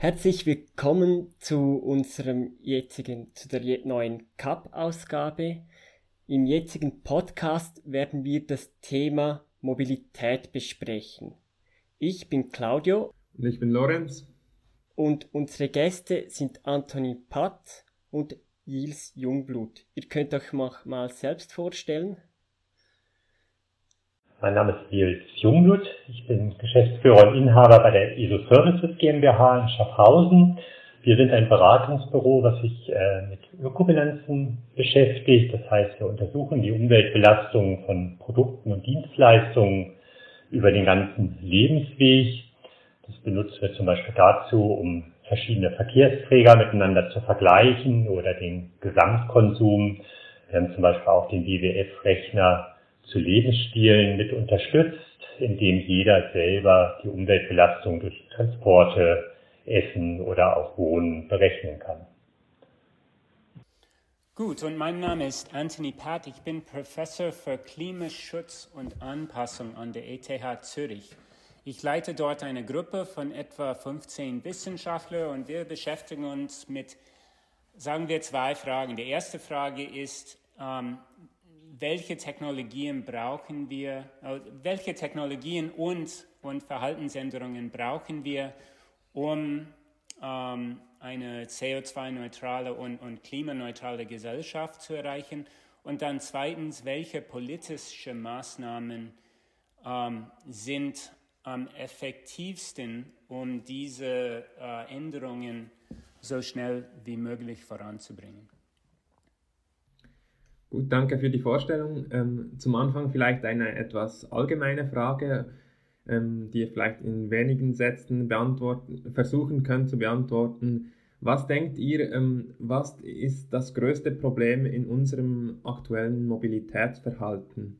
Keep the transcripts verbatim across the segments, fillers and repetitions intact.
Herzlich willkommen zu unserem jetzigen, zu der neuen C A P-Ausgabe. Im jetzigen Podcast werden wir das Thema Mobilität besprechen. Ich bin Claudio. Und ich bin Lorenz. Und unsere Gäste sind Anthony Patt und Gilles Jungblut. Ihr könnt euch mal selbst vorstellen. Mein Name ist Gilles Jungblut. Ich bin Geschäftsführer und Inhaber bei der I S O Services GmbH in Schaffhausen. Wir sind ein Beratungsbüro, was sich äh, mit Ökobilanzen beschäftigt. Das heißt, wir untersuchen die Umweltbelastungen von Produkten und Dienstleistungen über den ganzen Lebensweg. Das benutzen wir zum Beispiel dazu, um verschiedene Verkehrsträger miteinander zu vergleichen oder den Gesamtkonsum. Wir haben zum Beispiel auch den W W F-Rechner zu Lebensstilen mit unterstützt, indem jeder selber die Umweltbelastung durch Transporte, Essen oder auch Wohnen berechnen kann. Gut, und mein Name ist Anthony Patt. Ich bin Professor für Klimaschutz und Anpassung an der E T H Zürich. Ich leite dort eine Gruppe von etwa fünfzehn Wissenschaftlern und wir beschäftigen uns mit, sagen wir, zwei Fragen. Die erste Frage ist, ähm, welche Technologien brauchen wir, welche Technologien und, und Verhaltensänderungen brauchen wir, um ähm, eine C O zwei neutrale und, und klimaneutrale Gesellschaft zu erreichen? Und dann zweitens, welche politische Maßnahmen ähm, sind am effektivsten, um diese äh, Änderungen so schnell wie möglich voranzubringen? Gut, danke für die Vorstellung. Ähm, zum Anfang vielleicht eine etwas allgemeine Frage, ähm, die ihr vielleicht in wenigen Sätzen beantworten, versuchen könnt zu beantworten. Was denkt ihr, ähm, was ist das größte Problem in unserem aktuellen Mobilitätsverhalten?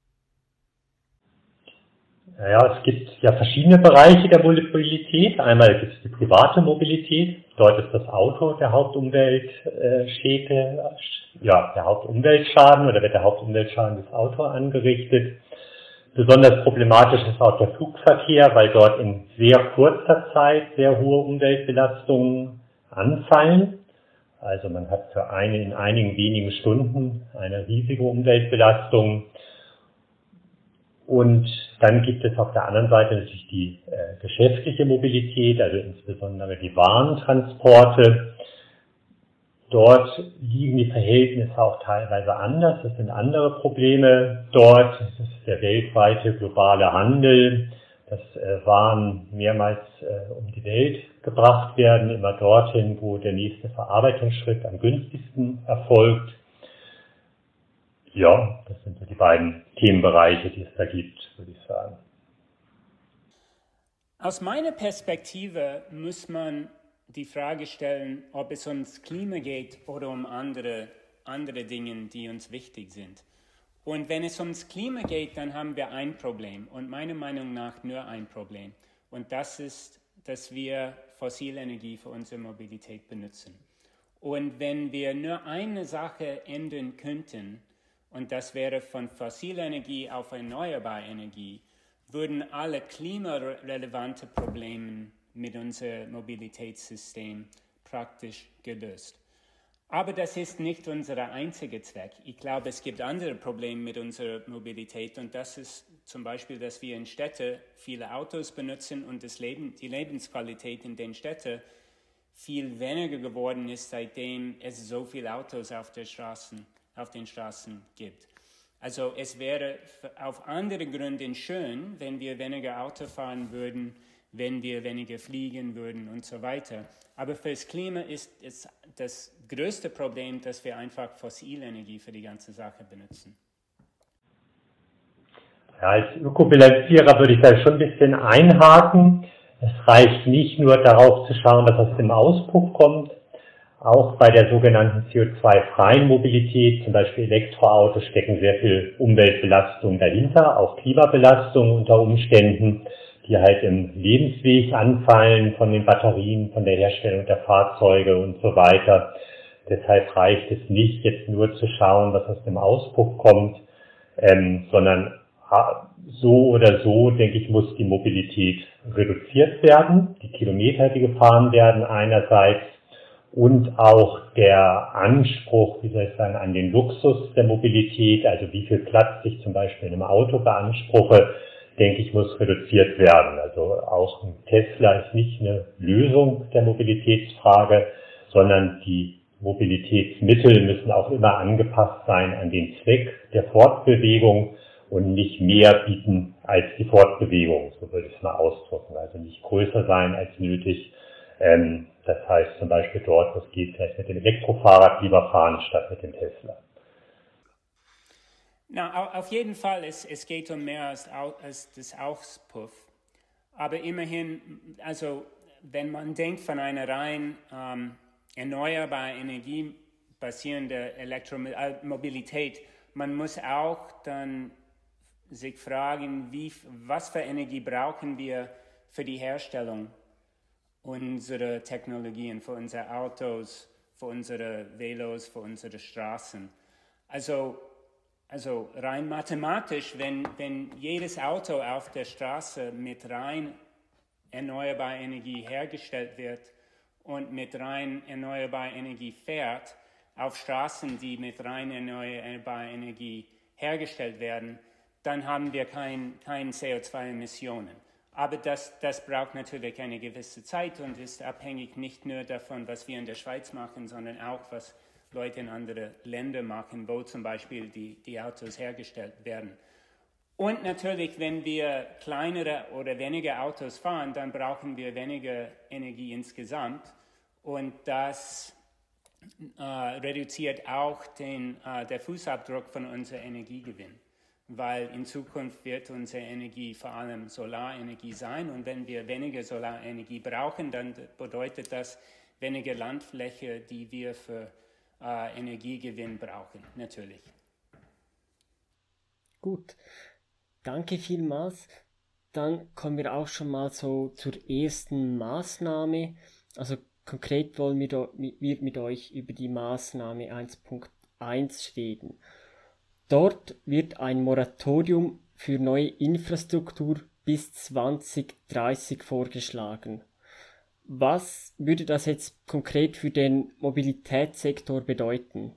Ja, es gibt ja verschiedene Bereiche der Mobilität. Einmal gibt es die private Mobilität. Dort ist das Auto der Hauptumweltschäde, ja, der Hauptumweltschaden oder wird der Hauptumweltschaden durch das Auto angerichtet. Besonders problematisch ist auch der Flugverkehr, weil dort in sehr kurzer Zeit sehr hohe Umweltbelastungen anfallen. Also man hat für eine in einigen wenigen Stunden eine riesige Umweltbelastung. Und dann gibt es auf der anderen Seite natürlich die äh, geschäftliche Mobilität, also insbesondere die Warentransporte. Dort liegen die Verhältnisse auch teilweise anders. Es sind andere Probleme dort. Es ist der weltweite globale Handel, dass äh, Waren mehrmals äh, um die Welt gebracht werden, immer dorthin, wo der nächste Verarbeitungsschritt am günstigsten erfolgt. Ja, das sind so die beiden Themenbereiche, die es da gibt, würde ich sagen. Aus meiner Perspektive muss man die Frage stellen, ob es ums Klima geht oder um andere, andere Dinge, die uns wichtig sind. Und wenn es ums Klima geht, dann haben wir ein Problem und meiner Meinung nach nur ein Problem. Und das ist, dass wir fossile Energie für unsere Mobilität benutzen. Und wenn wir nur eine Sache ändern könnten, und das wäre von fossiler Energie auf erneuerbare Energie, würden alle klimarelevante Probleme mit unserem Mobilitätssystem praktisch gelöst. Aber das ist nicht unser einziger Zweck. Ich glaube, es gibt andere Probleme mit unserer Mobilität und das ist zum Beispiel, dass wir in Städten viele Autos benutzen und das Leben, die Lebensqualität in den Städten viel weniger geworden ist, seitdem es so viele Autos auf der Straßen auf den Straßen gibt. Also es wäre auf andere Gründe schön, wenn wir weniger Auto fahren würden, wenn wir weniger fliegen würden und so weiter. Aber für das Klima ist es das größte Problem, dass wir einfach fossile Energie für die ganze Sache benutzen. Ja, als Ökobilanzierer würde ich da schon ein bisschen einhaken. Es reicht nicht nur darauf zu schauen, dass aus dem Auspuff kommt. Auch bei der sogenannten C O zwei freien Mobilität, zum Beispiel Elektroautos, stecken sehr viel Umweltbelastung dahinter, auch Klimabelastung unter Umständen, die halt im Lebensweg anfallen von den Batterien, von der Herstellung der Fahrzeuge und so weiter. Deshalb reicht es nicht, jetzt nur zu schauen, was aus dem Auspuff kommt, ähm, sondern so oder so, denke ich, muss die Mobilität reduziert werden, die Kilometer, die gefahren werden einerseits und auch der Anspruch, wie soll ich sagen, an den Luxus der Mobilität, also wie viel Platz ich zum Beispiel in einem Auto beanspruche, denke ich, muss reduziert werden. Also auch ein Tesla ist nicht eine Lösung der Mobilitätsfrage, sondern die Mobilitätsmittel müssen auch immer angepasst sein an den Zweck der Fortbewegung und nicht mehr bieten als die Fortbewegung, so würde ich es mal ausdrücken. Also nicht größer sein als nötig. Ähm, das heißt zum Beispiel dort, wo es geht, vielleicht mit dem Elektrofahrrad lieber fahren statt mit dem Tesla. Na, auf jeden Fall, es, es geht um mehr als, als das Auspuff. Aber immerhin, also wenn man denkt von einer rein ähm, erneuerbarer Energie basierende Elektromobilität, man muss auch dann sich fragen, wie, was für Energie brauchen wir für die Herstellung unserer Technologien, für unsere Autos, für unsere Velos, für unsere Straßen. Also, also rein mathematisch, wenn, wenn jedes Auto auf der Straße mit rein erneuerbarer Energie hergestellt wird und mit rein erneuerbarer Energie fährt, auf Straßen, die mit rein erneuerbarer Energie hergestellt werden, dann haben wir kein, kein C O zwei Emissionen. Aber das, das braucht natürlich eine gewisse Zeit und ist abhängig nicht nur davon, was wir in der Schweiz machen, sondern auch, was Leute in anderen Ländern machen, wo zum Beispiel die, die Autos hergestellt werden. Und natürlich, wenn wir kleinere oder weniger Autos fahren, dann brauchen wir weniger Energie insgesamt. Und das äh, reduziert auch den äh, der Fußabdruck von unserem Energiegewinn. Weil in Zukunft wird unsere Energie vor allem Solarenergie sein. Und wenn wir weniger Solarenergie brauchen, dann bedeutet das weniger Landfläche, die wir für äh, Energiegewinn brauchen, natürlich. Gut, danke vielmals. Dann kommen wir auch schon mal so zur ersten Maßnahme. Also konkret wollen wir, do, wir mit euch über die Maßnahme eins Punkt eins reden. Dort wird ein Moratorium für neue Infrastruktur bis zwanzig dreißig vorgeschlagen. Was würde das jetzt konkret für den Mobilitätssektor bedeuten?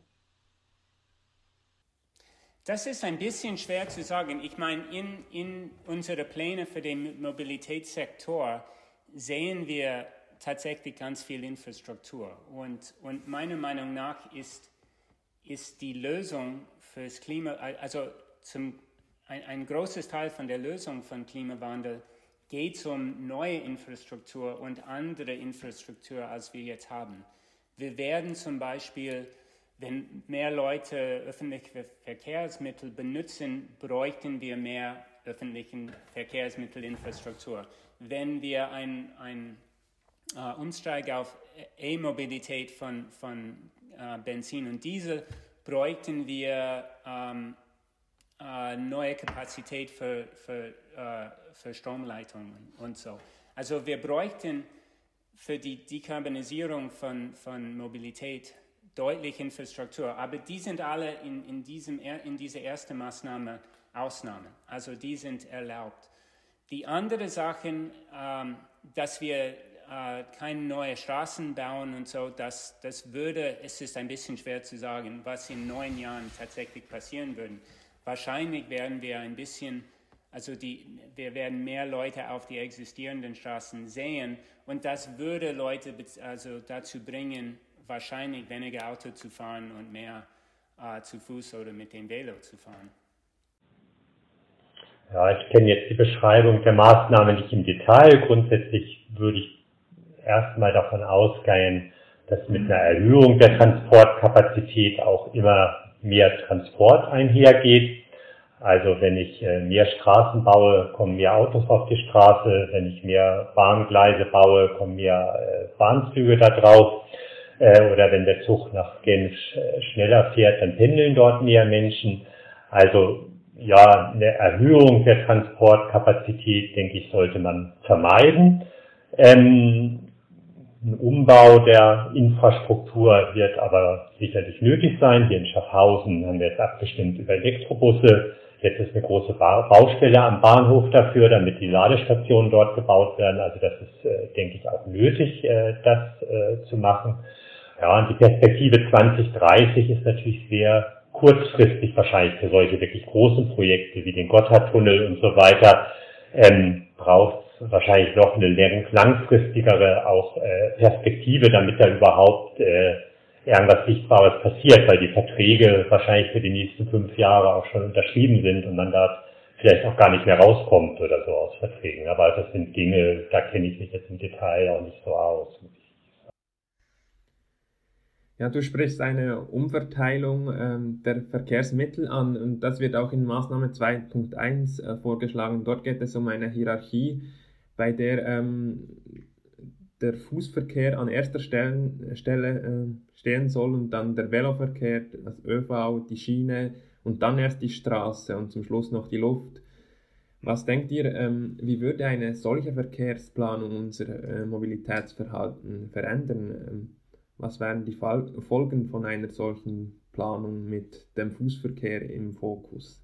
Das ist ein bisschen schwer zu sagen. Ich meine, in, in unsere Pläne für den Mobilitätssektor sehen wir tatsächlich ganz viel Infrastruktur. Und, und meiner Meinung nach ist, ist die Lösung fürs Klima, also zum, ein, ein großes Teil von der Lösung von Klimawandel geht es um neue Infrastruktur und andere Infrastruktur, als wir jetzt haben. Wir werden zum Beispiel, wenn mehr Leute öffentliche Verkehrsmittel benutzen, bräuchten wir mehr öffentliche Verkehrsmittelinfrastruktur. Wenn wir ein, ein uh, Umsteig auf E-Mobilität von, von uh, Benzin und Diesel, bräuchten wir ähm, äh, neue Kapazität für, für, äh, für Stromleitungen und so. Also wir bräuchten für die Dekarbonisierung von, von Mobilität deutlich Infrastruktur, aber die sind alle in, in, diesem, in dieser ersten Maßnahme Ausnahmen, also die sind erlaubt. Die andere Sachen, ähm, dass wir Uh, keine neuen Straßen bauen und so, das, das würde, es ist ein bisschen schwer zu sagen, was in neun Jahren tatsächlich passieren würde. Wahrscheinlich werden wir ein bisschen, also die, wir werden mehr Leute auf die existierenden Straßen sehen und das würde Leute also dazu bringen, wahrscheinlich weniger Auto zu fahren und mehr uh, zu Fuß oder mit dem Velo zu fahren. Ja, ich kenne jetzt die Beschreibung der Maßnahme nicht im Detail. Grundsätzlich würde ich erstmal davon ausgehen, dass mit einer Erhöhung der Transportkapazität auch immer mehr Transport einhergeht. Also wenn ich mehr Straßen baue, kommen mehr Autos auf die Straße. Wenn ich mehr Bahngleise baue, kommen mehr Bahnzüge da drauf. Oder wenn der Zug nach Genf schneller fährt, dann pendeln dort mehr Menschen. Also ja, eine Erhöhung der Transportkapazität, denke ich, sollte man vermeiden. Ähm, Ein Umbau der Infrastruktur wird aber sicherlich nötig sein. Hier in Schaffhausen haben wir jetzt abgestimmt über Elektrobusse. jetzt ist eine große Baustelle am Bahnhof dafür, damit die Ladestationen dort gebaut werden. Also das ist, äh, denke ich, auch nötig, äh, das äh, zu machen. Ja, und die Perspektive zwanzig dreißig ist natürlich sehr kurzfristig wahrscheinlich für solche wirklich großen Projekte wie den Gotthardtunnel und so weiter. Ähm, braucht es wahrscheinlich noch eine langfristigere auch äh, Perspektive, damit da überhaupt äh, irgendwas Sichtbares passiert, weil die Verträge wahrscheinlich für die nächsten fünf Jahre auch schon unterschrieben sind und man da vielleicht auch gar nicht mehr rauskommt oder so aus Verträgen. Aber das sind Dinge, da kenne ich mich jetzt im Detail auch nicht so aus. Ja, du sprichst eine Umverteilung ähm, der Verkehrsmittel an und das wird auch in Maßnahme zwei Punkt eins äh, vorgeschlagen. Dort geht es um eine Hierarchie, bei der ähm, der Fußverkehr an erster Stelle, Stelle äh, stehen soll und dann der Veloverkehr, das ÖV, die Schiene und dann erst die Straße und zum Schluss noch die Luft. Was denkt ihr, ähm, wie würde eine solche Verkehrsplanung unser äh, Mobilitätsverhalten verändern? Ähm, Was wären die Folgen von einer solchen Planung mit dem Fußverkehr im Fokus?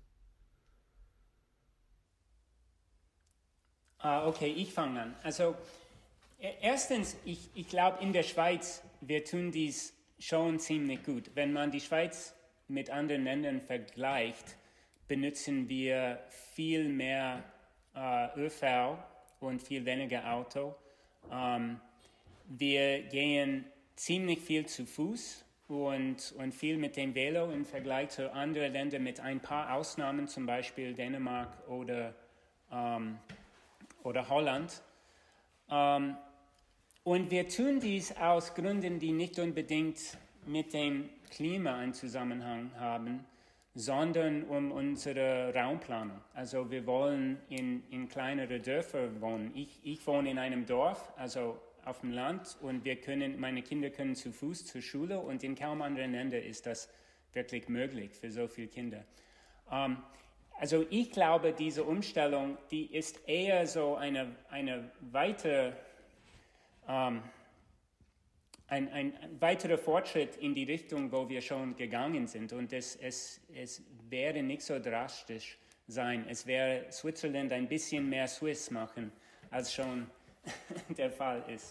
Ah, okay, ich fange an. Also erstens, ich, ich glaube in der Schweiz, wir tun dies schon ziemlich gut. Wenn man die Schweiz mit anderen Ländern vergleicht, benutzen wir viel mehr äh, ÖV und viel weniger Auto. Ähm, wir gehen ziemlich viel zu Fuß und, und viel mit dem Velo im Vergleich zu anderen Ländern mit ein paar Ausnahmen, zum Beispiel Dänemark oder, ähm, oder Holland. Ähm, und wir tun dies aus Gründen, die nicht unbedingt mit dem Klima einen Zusammenhang haben, sondern um unsere Raumplanung. Also wir wollen in, in kleinere Dörfer wohnen. Ich, ich wohne in einem Dorf, also auf dem Land und wir können, meine Kinder können zu Fuß zur Schule und in kaum anderen Ländern ist das wirklich möglich für so viele Kinder. Ähm, also ich glaube, diese Umstellung, die ist eher so eine, eine weitere, ähm, ein, ein weiterer Fortschritt in die Richtung, wo wir schon gegangen sind und es, es, es wäre nicht so drastisch sein. Es wäre Switzerland ein bisschen mehr Swiss machen, als schon der Fall ist.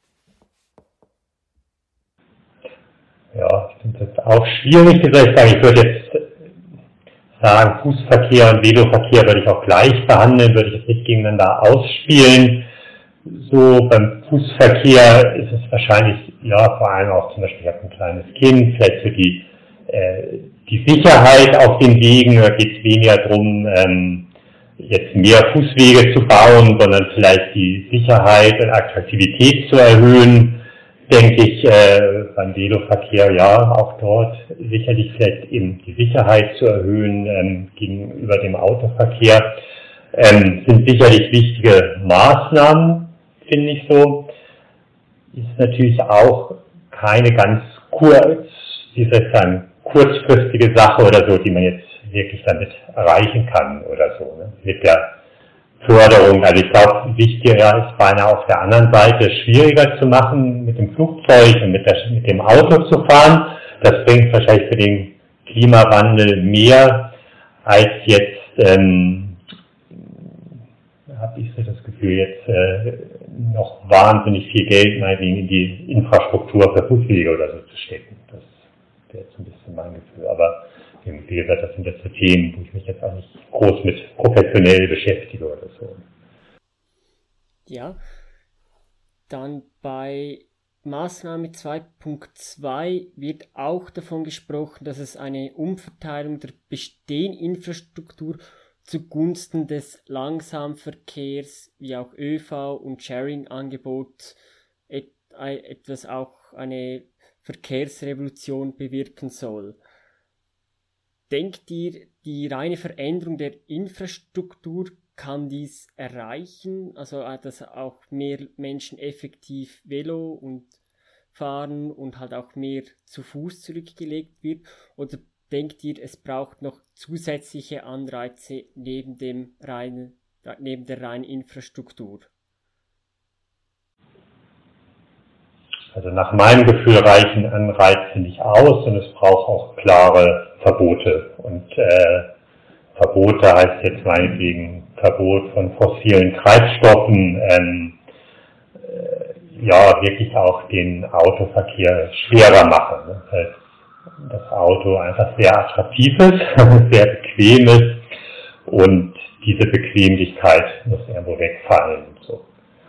Ja, ich finde das auch schwierig, wie soll ich sagen, ich würde jetzt sagen, Fußverkehr und Veloverkehr würde ich auch gleich behandeln, würde ich jetzt nicht gegeneinander ausspielen. So, beim Fußverkehr ist es wahrscheinlich, ja, vor allem auch zum Beispiel, ich habe ein kleines Kind, vielleicht für die, äh, die Sicherheit auf den Wegen, da geht es weniger darum, ähm, jetzt mehr Fußwege zu bauen, sondern vielleicht die Sicherheit und Attraktivität zu erhöhen, denke ich, äh, beim Veloverkehr, ja, auch dort sicherlich vielleicht eben die Sicherheit zu erhöhen ähm, gegenüber dem Autoverkehr, ähm, sind sicherlich wichtige Maßnahmen, finde ich so. Ist natürlich auch keine ganz kurz, wie soll ich sagen, kurzfristige Sache oder so, die man jetzt wirklich damit erreichen kann oder so, ne? Mit der Förderung. Also ich glaube, wichtiger ist beinahe auf der anderen Seite schwieriger zu machen, mit dem Flugzeug und mit, der, mit dem Auto zu fahren. Das bringt wahrscheinlich für den Klimawandel mehr als jetzt, ähm, habe ich so das Gefühl, jetzt äh, noch wahnsinnig viel Geld meinetwegen in die Infrastruktur für Fußwege oder so zu stecken. Das wäre jetzt ein bisschen mein Gefühl. Aber wie gesagt, das sind jetzt so Themen, wo ich mich jetzt auch nicht groß mit professionell beschäftige oder so. Ja, dann bei Maßnahme zwei Punkt zwei wird auch davon gesprochen, dass es eine Umverteilung der bestehenden Infrastruktur zugunsten des Langsamverkehrs wie auch ÖV und Sharing-Angebot et, etwas auch eine Verkehrsrevolution bewirken soll. Denkt ihr, die reine Veränderung der Infrastruktur kann dies erreichen? Also, dass auch mehr Menschen effektiv Velo und fahren und halt auch mehr zu Fuß zurückgelegt wird? Oder denkt ihr, es braucht noch zusätzliche Anreize neben dem reinen, neben der reinen Infrastruktur? Also nach meinem Gefühl reichen Anreize nicht aus und es braucht auch klare Verbote und äh, Verbote heißt jetzt meinetwegen Verbot von fossilen Treibstoffen, ähm, äh, ja, wirklich auch den Autoverkehr schwerer machen. Ne? Weil das Auto einfach sehr attraktiv ist, sehr bequem ist und diese Bequemlichkeit muss irgendwo wegfallen. Und so.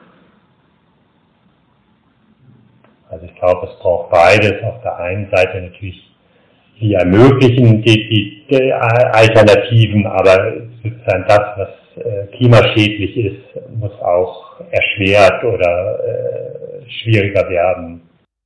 Also ich glaube, es braucht beides. Auf der einen Seite natürlich die ermöglichen die, die, die Alternativen, aber sozusagen das, was äh, klimaschädlich ist, muss auch erschwert oder äh, schwieriger werden.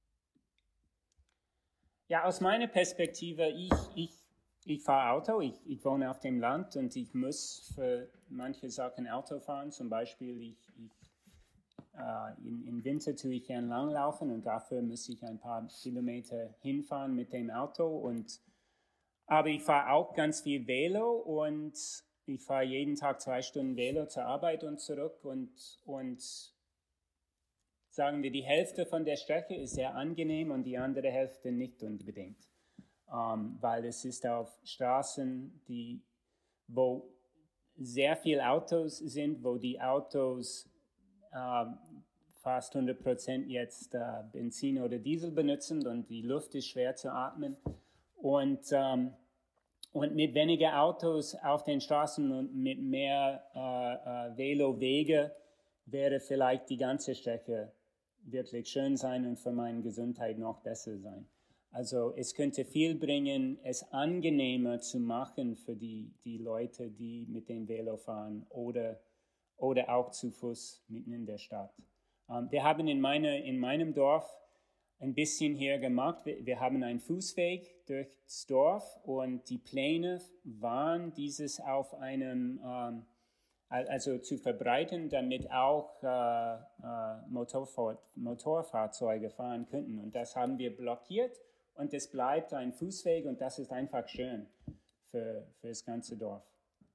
Ja, aus meiner Perspektive, ich, ich, ich fahre Auto, ich, ich wohne auf dem Land und ich muss für manche Sachen Auto fahren. Zum Beispiel, ich, ich, äh, in, im Winter tue ich gern langlaufen und dafür muss ich ein paar Kilometer hinfahren mit dem Auto. Und, aber ich fahre auch ganz viel Velo und ich fahre jeden Tag zwei Stunden Velo zur Arbeit und zurück und, und sagen wir, die Hälfte von der Strecke ist sehr angenehm und die andere Hälfte nicht unbedingt. Um, weil es ist auf Straßen, die, wo sehr viele Autos sind, wo die Autos uh, fast hundert Prozent jetzt uh, Benzin oder Diesel benutzen und die Luft ist schwer zu atmen. Und, um, und mit weniger Autos auf den Straßen und mit mehr uh, uh, Velowege wäre vielleicht die ganze Strecke wirklich schön sein und für meine Gesundheit noch besser sein. Also es könnte viel bringen, es angenehmer zu machen für die, die Leute, die mit dem Velo fahren oder, oder auch zu Fuß mitten in der Stadt. Um, wir haben in, meine, in meinem Dorf ein bisschen hier gemacht. Wir, wir haben einen Fußweg durchs Dorf und die Pläne waren, dieses auf einem um, also zu verbreiten, damit auch äh, äh, Motorfahr- Motorfahrzeuge fahren könnten. Und das haben wir blockiert und es bleibt ein Fußweg und das ist einfach schön für, für das ganze Dorf.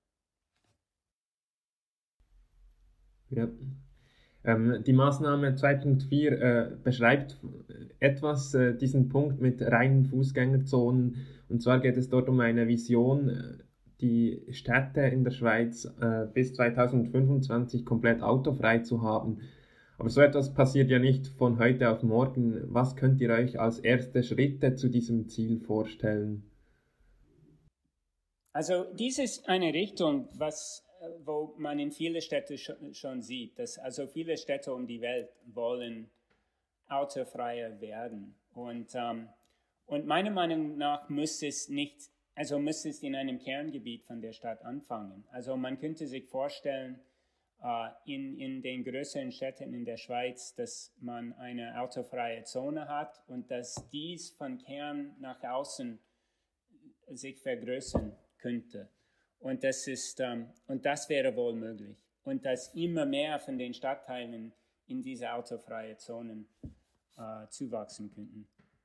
Ja. Ähm, die Maßnahme zwei Punkt vier äh, beschreibt etwas äh, diesen Punkt mit reinen Fußgängerzonen. Und zwar geht es dort um eine Vision, äh, die Städte in der Schweiz äh, bis zweitausendfünfundzwanzig komplett autofrei zu haben. Aber so etwas passiert ja nicht von heute auf morgen. Was könnt ihr euch als erste Schritte zu diesem Ziel vorstellen? Also dies ist eine Richtung, was, wo man in vielen Städten schon, schon sieht, dass also viele Städte um die Welt wollen autofreier werden. Und, ähm, und meiner Meinung nach müsste es nicht Also müsste es in einem Kerngebiet von der Stadt anfangen. Also man könnte sich vorstellen, uh, in, in den größeren Städten in der Schweiz, dass man eine autofreie Zone hat und dass dies von Kern nach außen sich vergrößern könnte. Und das, ist, um, und das wäre wohl möglich. Und dass immer mehr von den Stadtteilen in diese autofreie Zonen uh, zuwachsen könnten.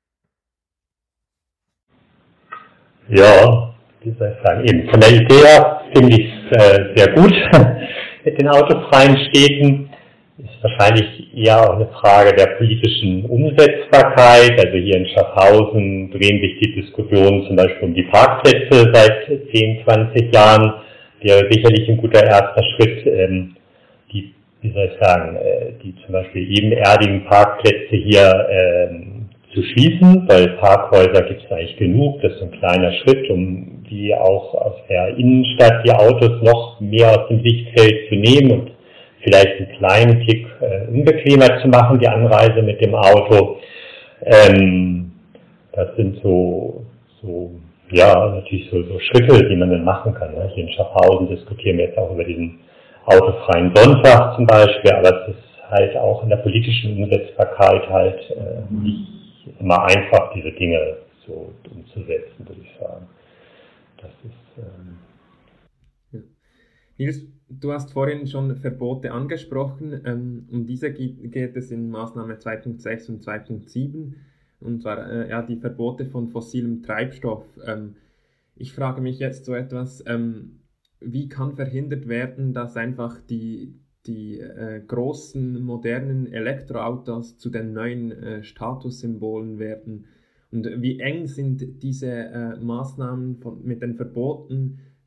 Ja, wie soll ich sagen, eben von der Idee her finde ich es äh, sehr gut mit den autofreien Städten. Ist wahrscheinlich eher auch eine Frage der politischen Umsetzbarkeit. Also hier in Schaffhausen drehen sich die Diskussionen zum Beispiel um die Parkplätze seit zehn, zwanzig Jahren. Wäre sicherlich ein guter erster Schritt, ähm, die, wie soll ich sagen, äh, die zum Beispiel ebenerdigen Parkplätze hier ähm, zu schließen, weil Parkhäuser gibt es eigentlich genug. Das ist ein kleiner Schritt, um die auch aus der Innenstadt die Autos noch mehr aus dem Sichtfeld zu nehmen und vielleicht einen kleinen Tick äh, unbequemer zu machen, die Anreise mit dem Auto. Ähm, das sind so, so ja, natürlich so, so Schritte, die man dann machen kann. Ne? Hier in Schaffhausen diskutieren wir jetzt auch über diesen autofreien Sonntag zum Beispiel, aber es ist halt auch in der politischen Umsetzbarkeit halt äh, nicht immer einfach, diese Dinge so umzusetzen, würde ich sagen. Das ist, ähm ja. Nils, du hast vorhin schon Verbote angesprochen. Ähm, um diese geht, geht es in Maßnahme zwei Punkt sechs und zwei Punkt sieben. Und zwar äh, ja, die Verbote von fossilem Treibstoff. Ähm, ich frage mich jetzt so etwas, ähm, wie kann verhindert werden, dass einfach die die äh, großen, modernen Elektroautos zu den neuen äh, Statussymbolen werden. Und wie eng sind diese äh, Maßnahmen von, mit den Verboten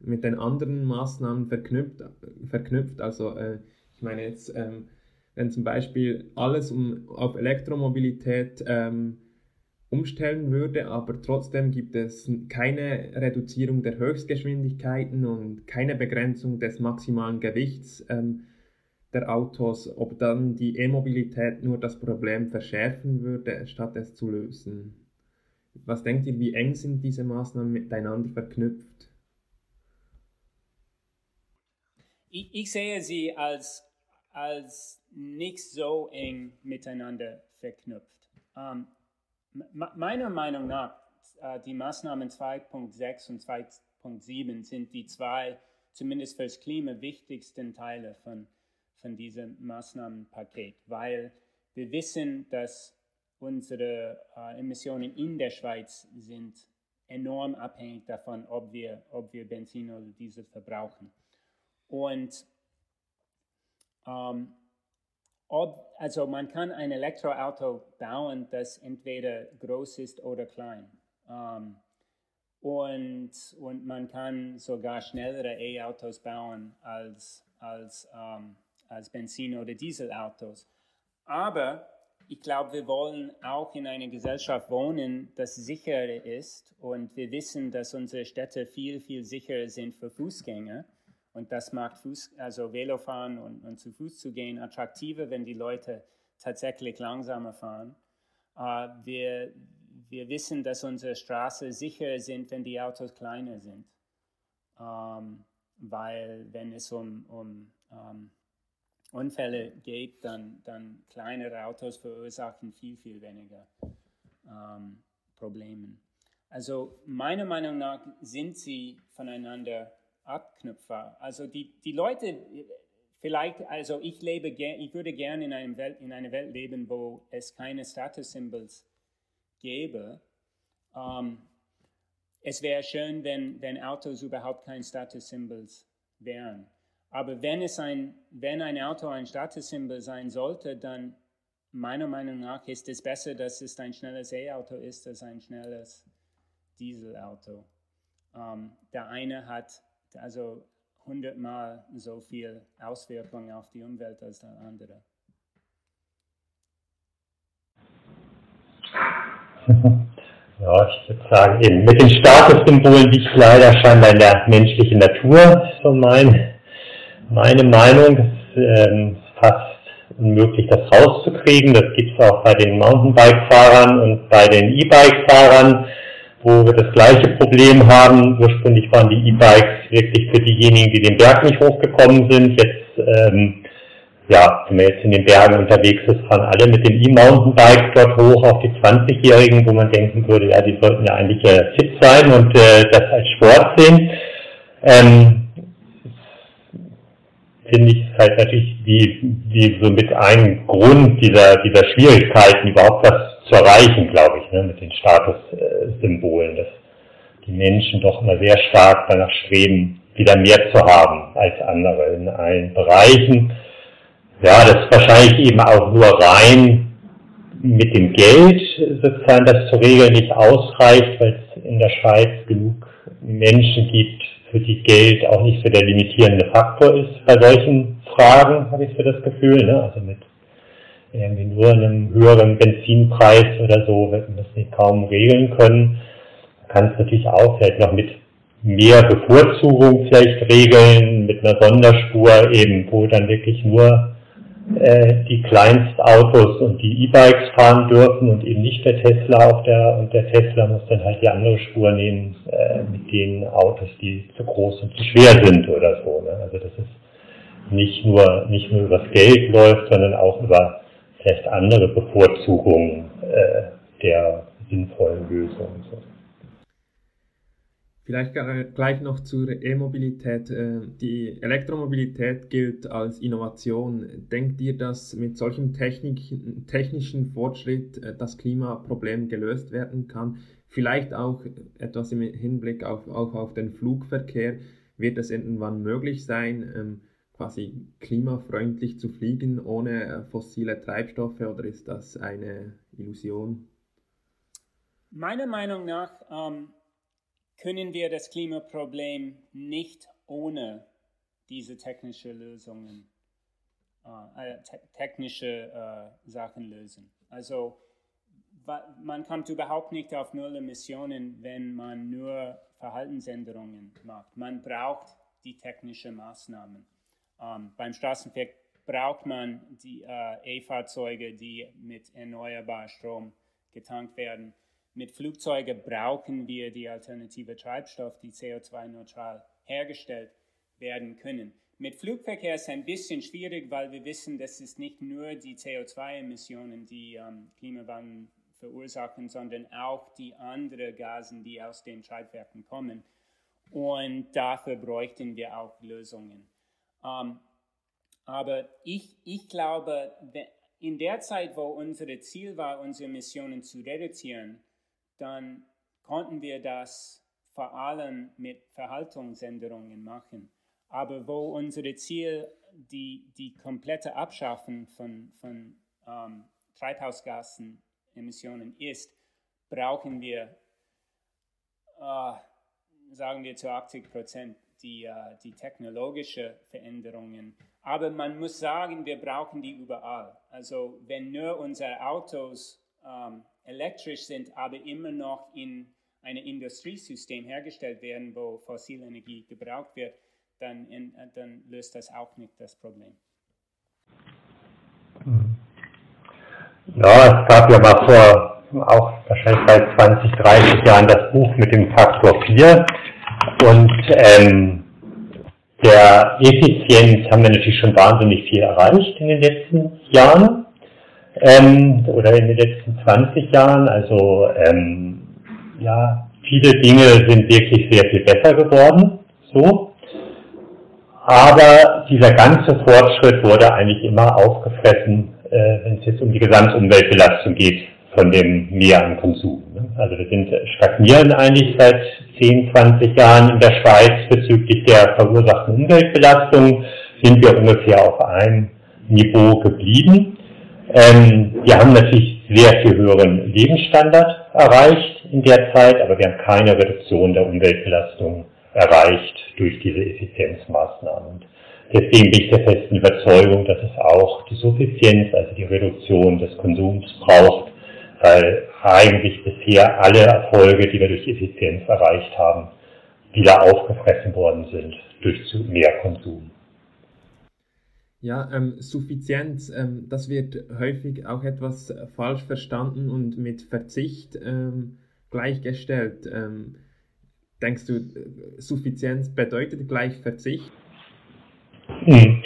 mit den anderen Maßnahmen verknüpft. verknüpft. Also äh, ich meine jetzt, ähm, wenn zum Beispiel alles um, auf Elektromobilität ähm, umstellen würde, aber trotzdem gibt es keine Reduzierung der Höchstgeschwindigkeiten und keine Begrenzung des maximalen Gewichts ähm, der Autos, ob dann die E-Mobilität nur das Problem verschärfen würde, statt es zu lösen. Was denkt ihr, wie eng sind diese Maßnahmen miteinander verknüpft? Ich, ich sehe sie als, als nicht so eng miteinander verknüpft. Ähm, m- meiner Meinung nach, äh, die Maßnahmen zwei Punkt sechs und zwei Punkt sieben sind die zwei, zumindest fürs Klima, wichtigsten Teile von, von diesem Maßnahmenpaket, weil wir wissen, dass unsere äh, Emissionen in der Schweiz sind enorm abhängig davon, ob wir, ob wir Benzin oder Diesel verbrauchen. Und ähm, ob, also man kann ein Elektroauto bauen, das entweder groß ist oder klein. Ähm, und, und man kann sogar schnellere E-Autos bauen als, als, ähm, als Benzin- oder Dieselautos. Aber ich glaube, wir wollen auch in einer Gesellschaft wohnen, das sicherer ist. Und wir wissen, dass unsere Städte viel, viel sicherer sind für Fußgänger. Und das macht Fuß, also Velofahren und, und zu Fuß zu gehen attraktiver, wenn die Leute tatsächlich langsamer fahren. Uh, wir, wir wissen, dass unsere Straßen sicherer sind, wenn die Autos kleiner sind. Um, weil wenn es um, um um Unfälle geht, dann, dann kleinere Autos verursachen viel, viel weniger um, Probleme. Also meiner Meinung nach sind sie voneinander abknüpfbar. Also die, die Leute, vielleicht, also ich lebe, ich würde gerne in, einem Welt, in einer Welt leben, wo es keine Status-Symbols gäbe. Um, es wäre schön, wenn, wenn Autos überhaupt kein Status-Symbols wären. Aber wenn, es ein, wenn ein Auto ein Statussymbol sein sollte, dann meiner Meinung nach ist es besser, dass es ein schnelles E-Auto ist, als ein schnelles Dieselauto. Um, der eine hat also hundertmal so viel Auswirkungen auf die Umwelt als der andere. Ja, ich würde sagen, eben mit den Statussymbolen liegt leider scheinbar in der menschlichen Natur, so mein Meine Meinung, es ist ähm, fast unmöglich, das rauszukriegen. Das gibt es auch bei den Mountainbike-Fahrern und bei den E-Bike-Fahrern, wo wir das gleiche Problem haben. Ursprünglich waren die E-Bikes wirklich für diejenigen, die den Berg nicht hochgekommen sind. Jetzt, ähm, ja, wenn man jetzt in den Bergen unterwegs ist, fahren alle mit den E-Mountainbikes dort hoch, auch die zwanzigjährigen, wo man denken würde, ja, die sollten ja eigentlich äh, fit sein und äh, das als Sport sehen. Ähm, finde ich es halt natürlich wie, wie so mit einem Grund dieser, dieser Schwierigkeiten überhaupt was zu erreichen, glaube ich, ne, mit den Statussymbolen, dass die Menschen doch immer sehr stark danach streben, wieder mehr zu haben als andere in allen Bereichen. Ja, das ist wahrscheinlich eben auch nur rein mit dem Geld sozusagen, das zu regeln nicht ausreicht, weil es in der Schweiz genug Menschen gibt, für die Geld auch nicht so der limitierende Faktor ist bei solchen Fragen, habe ich so das Gefühl, ne? Also mit irgendwie nur einem höheren Benzinpreis oder so wird man das nicht kaum regeln können. Man kann es natürlich auch vielleicht noch mit mehr Bevorzugung vielleicht regeln, mit einer Sonderspur eben, wo dann wirklich nur äh, die Kleinstautos und die E-Bikes fahren dürfen und eben nicht der Tesla auf der, und der Tesla muss dann halt die andere Spur nehmen äh, mit den Autos, die zu groß und zu schwer sind oder so, ne? Also das ist nicht nur, nicht nur über das Geld läuft, sondern auch über vielleicht andere Bevorzugungen äh, der sinnvollen Lösungen. So. Vielleicht gleich noch zur E-Mobilität. Die Elektromobilität gilt als Innovation. Denkt ihr, dass mit solchem Technik, technischen Fortschritt das Klimaproblem gelöst werden kann? Vielleicht auch etwas im Hinblick auf, auch auf den Flugverkehr. Wird es irgendwann möglich sein, quasi klimafreundlich zu fliegen ohne fossile Treibstoffe, oder ist das eine Illusion? Meiner Meinung nach ähm können wir das Klimaproblem nicht ohne diese technischen Lösungen, äh, te- technische äh, Sachen lösen. Also man kommt überhaupt nicht auf Null Emissionen, wenn man nur Verhaltensänderungen macht. Man braucht die technischen Maßnahmen. Ähm, beim Straßenverkehr braucht man die äh, E-Fahrzeuge, die mit erneuerbarem Strom getankt werden. Mit Flugzeugen brauchen wir die alternative Treibstoff, die C O zwei neutral hergestellt werden können. Mit Flugverkehr ist es ein bisschen schwierig, weil wir wissen, dass es nicht nur die C O zwei Emissionen, die ähm, Klimawandel verursachen, sondern auch die anderen Gasen, die aus den Treibwerken kommen. Und dafür bräuchten wir auch Lösungen. Ähm, aber ich, ich glaube, in der Zeit, wo unser Ziel war, unsere Emissionen zu reduzieren, dann konnten wir das vor allem mit Verhaltensänderungen machen. Aber wo unser Ziel die, die komplette Abschaffung von, von ähm, Treibhausgasemissionen ist, brauchen wir, äh, sagen wir zu achtzig Prozent, die, äh, die technologische Veränderungen. Aber man muss sagen, wir brauchen die überall. Also wenn nur unsere Autos ähm, elektrisch sind, aber immer noch in einem Industriesystem hergestellt werden, wo fossile Energie gebraucht wird, dann, in, dann löst das auch nicht das Problem. Ja, es gab ja mal vor, auch wahrscheinlich seit zwanzig, dreißig Jahren das Buch mit dem Faktor vier. Und ähm, der Effizienz haben wir natürlich schon wahnsinnig viel erreicht in den letzten Jahren ähm, oder in den letzten zwanzig Jahren. Also ähm, ja, viele Dinge sind wirklich sehr viel besser geworden. So. Aber dieser ganze Fortschritt wurde eigentlich immer aufgefressen, äh, wenn es jetzt um die Gesamtumweltbelastung geht von dem Mehr an Konsum. Ne? Also wir sind stagnieren eigentlich seit zehn, zwanzig Jahren in der Schweiz bezüglich der verursachten Umweltbelastung, sind wir ungefähr auf einem Niveau geblieben. Ähm, wir haben natürlich sehr viel höheren Lebensstandard erreicht in der Zeit, aber wir haben keine Reduktion der Umweltbelastung erreicht durch diese Effizienzmaßnahmen. Und deswegen bin ich der festen Überzeugung, dass es auch die Suffizienz, also die Reduktion des Konsums braucht, weil eigentlich bisher alle Erfolge, die wir durch Effizienz erreicht haben, wieder aufgefressen worden sind durch zu mehr Konsum. Ja, ähm, Suffizienz, ähm, das wird häufig auch etwas falsch verstanden und mit Verzicht ähm, gleichgestellt. Ähm, denkst du, Suffizienz bedeutet gleich Verzicht? Hm.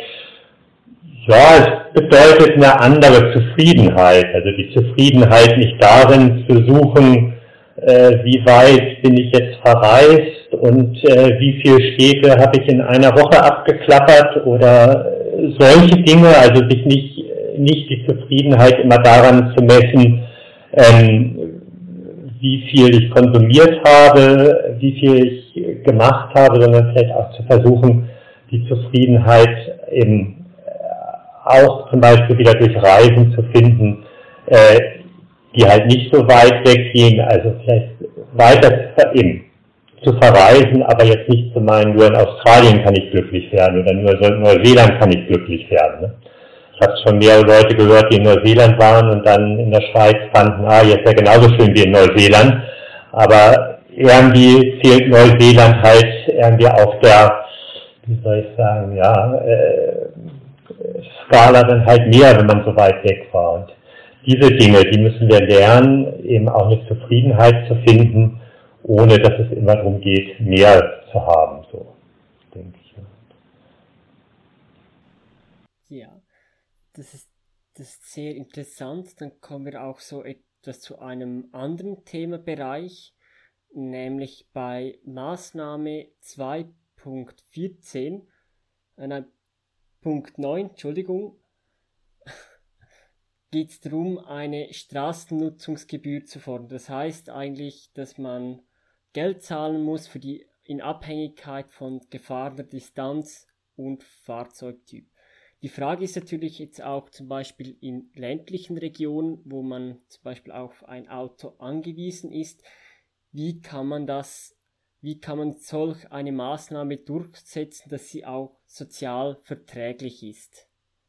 Ja, es bedeutet eine andere Zufriedenheit. Also die Zufriedenheit nicht darin zu suchen, äh, wie weit bin ich jetzt verreist und äh, wie viele Städte habe ich in einer Woche abgeklappert oder äh, solche Dinge. Also sich nicht, nicht die Zufriedenheit immer daran zu messen, ähm, wie viel ich konsumiert habe, wie viel ich gemacht habe, sondern vielleicht auch zu versuchen, die Zufriedenheit eben auch zum Beispiel wieder durch Reisen zu finden, äh, die halt nicht so weit weggehen, also vielleicht weiter eben zu verreisen, aber jetzt nicht zu meinen, nur in Australien kann ich glücklich werden oder nur in Neuseeland kann ich glücklich werden. Ne? Ich habe schon mehrere Leute gehört, die in Neuseeland waren und dann in der Schweiz fanden, ah, jetzt ist ja genauso schön wie in Neuseeland, aber irgendwie fehlt Neuseeland halt irgendwie auf der, wie soll ich sagen, ja, äh, Skala dann halt mehr, wenn man so weit weg war. Und diese Dinge, die müssen wir lernen, eben auch eine Zufriedenheit zu finden, ohne dass es immer darum geht, mehr zu haben, so denke ich. Ja, das ist, das ist sehr interessant. Dann kommen wir auch so etwas zu einem anderen Themenbereich, nämlich bei Maßnahme zwei Punkt vierzehn, äh, nein, Punkt neun, Entschuldigung, geht es darum, eine Straßennutzungsgebühr zu fordern. Das heißt eigentlich, dass man Geld zahlen muss für die in Abhängigkeit von gefahrener Distanz und Fahrzeugtyp. Die Frage ist natürlich jetzt auch zum Beispiel in ländlichen Regionen, wo man zum Beispiel auf ein Auto angewiesen ist, wie kann man das wie kann man solch eine Maßnahme durchsetzen, dass sie auch sozial verträglich ist?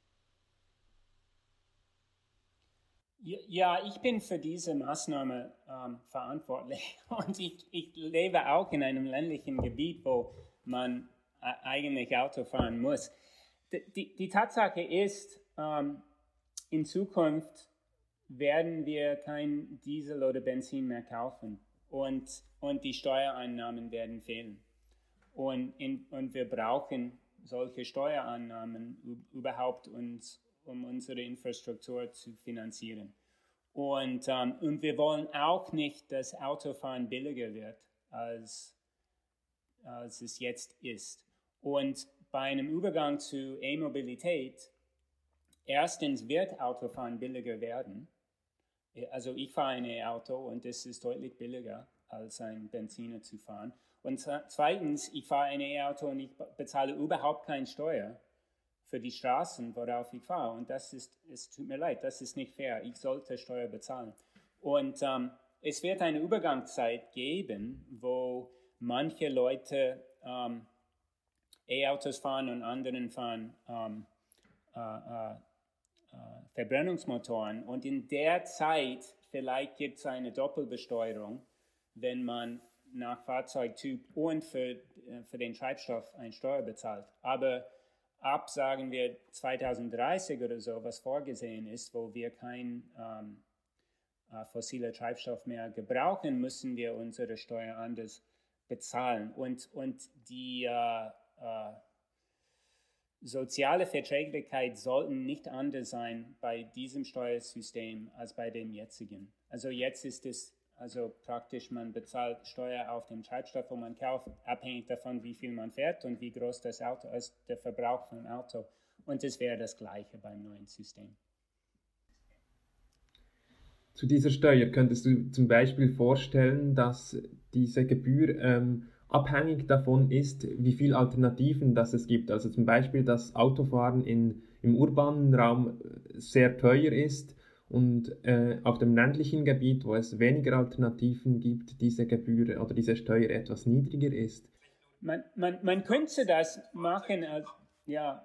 Ja, ich bin für diese Maßnahme ähm, verantwortlich und ich, ich lebe auch in einem ländlichen Gebiet, wo man äh, eigentlich Auto fahren muss. Die, die, die Tatsache ist, ähm, in Zukunft werden wir kein Diesel oder Benzin mehr kaufen und, und die Steuereinnahmen werden fehlen. Und, in, und wir brauchen solche Steuereinnahmen überhaupt, uns, um unsere Infrastruktur zu finanzieren. Und, ähm, und wir wollen auch nicht, dass Autofahren billiger wird, als, als es jetzt ist. Und bei einem Übergang zu E-Mobilität, erstens wird Autofahren billiger werden. Also ich fahre ein E-Auto und es ist deutlich billiger, als ein Benziner zu fahren. Und zweitens, ich fahre ein E-Auto und ich bezahle überhaupt keine Steuer für die Straßen, worauf ich fahre. Und das ist, es tut mir leid, das ist nicht fair. Ich sollte Steuer bezahlen. Und ähm, es wird eine Übergangszeit geben, wo manche Leute ähm, E-Autos fahren und anderen fahren ähm, äh, äh, äh, Verbrennungsmotoren. Und in der Zeit vielleicht gibt es eine Doppelbesteuerung, wenn man nach Fahrzeugtyp und für, für den Treibstoff eine Steuer bezahlt. Aber ab, sagen wir, zwanzig dreißig oder so, was vorgesehen ist, wo wir kein ähm, äh, fossiler Treibstoff mehr gebrauchen, müssen wir unsere Steuer anders bezahlen. Und, und die äh, äh, soziale Verträglichkeit sollten nicht anders sein bei diesem Steuersystem als bei dem jetzigen. Also jetzt ist es also praktisch, man bezahlt Steuer auf den Treibstoff, wo man kauft, abhängig davon, wie viel man fährt und wie groß das Auto ist, der Verbrauch von einem Auto. Und es wäre das Gleiche beim neuen System. Zu dieser Steuer könntest du zum Beispiel vorstellen, dass diese Gebühr ähm, abhängig davon ist, wie viele Alternativen das es gibt. Also zum Beispiel, dass Autofahren in, im urbanen Raum sehr teuer ist und äh, auf dem ländlichen Gebiet, wo es weniger Alternativen gibt, diese Gebühr oder diese Steuer etwas niedriger ist. Man, man, man könnte das machen, als, ja,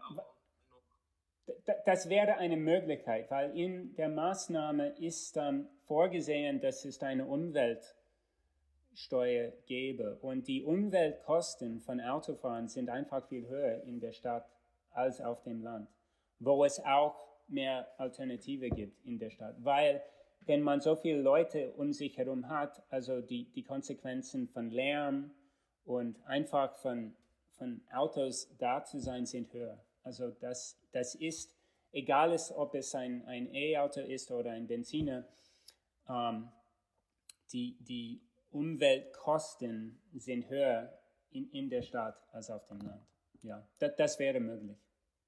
das wäre eine Möglichkeit, weil in der Maßnahme ist ähm, vorgesehen, dass es eine Umweltsteuer gäbe. Und die Umweltkosten von Autofahren sind einfach viel höher in der Stadt als auf dem Land, wo es auch mehr Alternative gibt in der Stadt. Weil, wenn man so viele Leute um sich herum hat, also die, die Konsequenzen von Lärm und einfach von, von Autos da zu sein, sind höher. Also das, das ist, egal ist, ob es ein, ein E-Auto ist oder ein Benziner, ähm, die, die Umweltkosten sind höher in, in der Stadt als auf dem Land. Ja, das, das wäre möglich.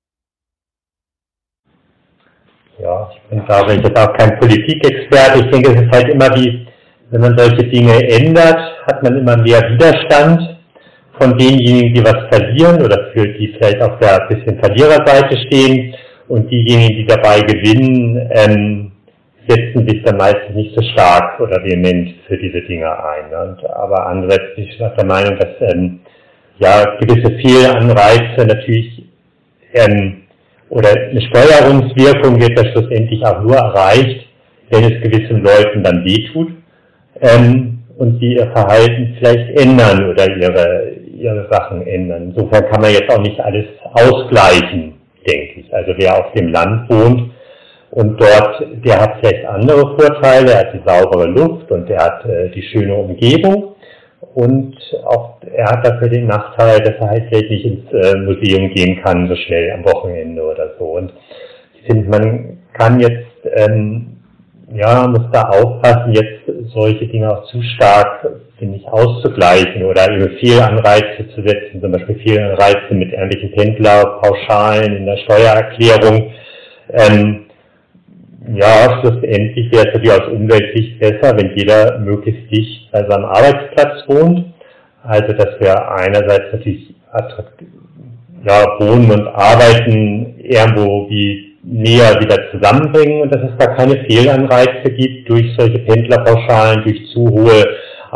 Ja, ich bin, glaube ich, jetzt auch kein Politikexperte. Ich denke, es ist halt immer wie, wenn man solche Dinge ändert, hat man immer mehr Widerstand von denjenigen, die was verlieren oder für die vielleicht auf der bisschen Verliererseite stehen, und diejenigen, die dabei gewinnen, ähm, setzen sich dann meistens nicht so stark oder vehement für diese Dinge ein. Und, aber andererseits bin ich der Meinung, dass ähm, ja gewisse Fehlanreize natürlich ähm, oder eine Steuerungswirkung wird ja schlussendlich auch nur erreicht, wenn es gewissen Leuten dann wehtut ähm, und sie ihr Verhalten vielleicht ändern oder ihre ihre Sachen ändern. Insofern kann man jetzt auch nicht alles ausgleichen, denke ich. Also wer auf dem Land wohnt und dort, der hat vielleicht andere Vorteile, er hat die saubere Luft und er hat äh, die schöne Umgebung und auch er hat dafür den Nachteil, dass er halt vielleicht nicht ins äh, Museum gehen kann so schnell am Wochenende oder so. Und ich finde, man kann jetzt, ähm, ja, muss da aufpassen, jetzt solche Dinge auch zu stark, finde ich, auszugleichen oder eben Fehlanreize zu setzen, zum Beispiel Fehlanreize mit irgendwelchen Pendlerpauschalen in der Steuererklärung. Ähm, ja, schlussendlich wäre es natürlich aus Umweltsicht besser, wenn jeder möglichst dicht bei seinem Arbeitsplatz wohnt. Also, dass wir einerseits natürlich attraktiv, ja, Wohnen und Arbeiten irgendwo wie näher wieder zusammenbringen und dass es da keine Fehlanreize gibt durch solche Pendlerpauschalen, durch zu hohe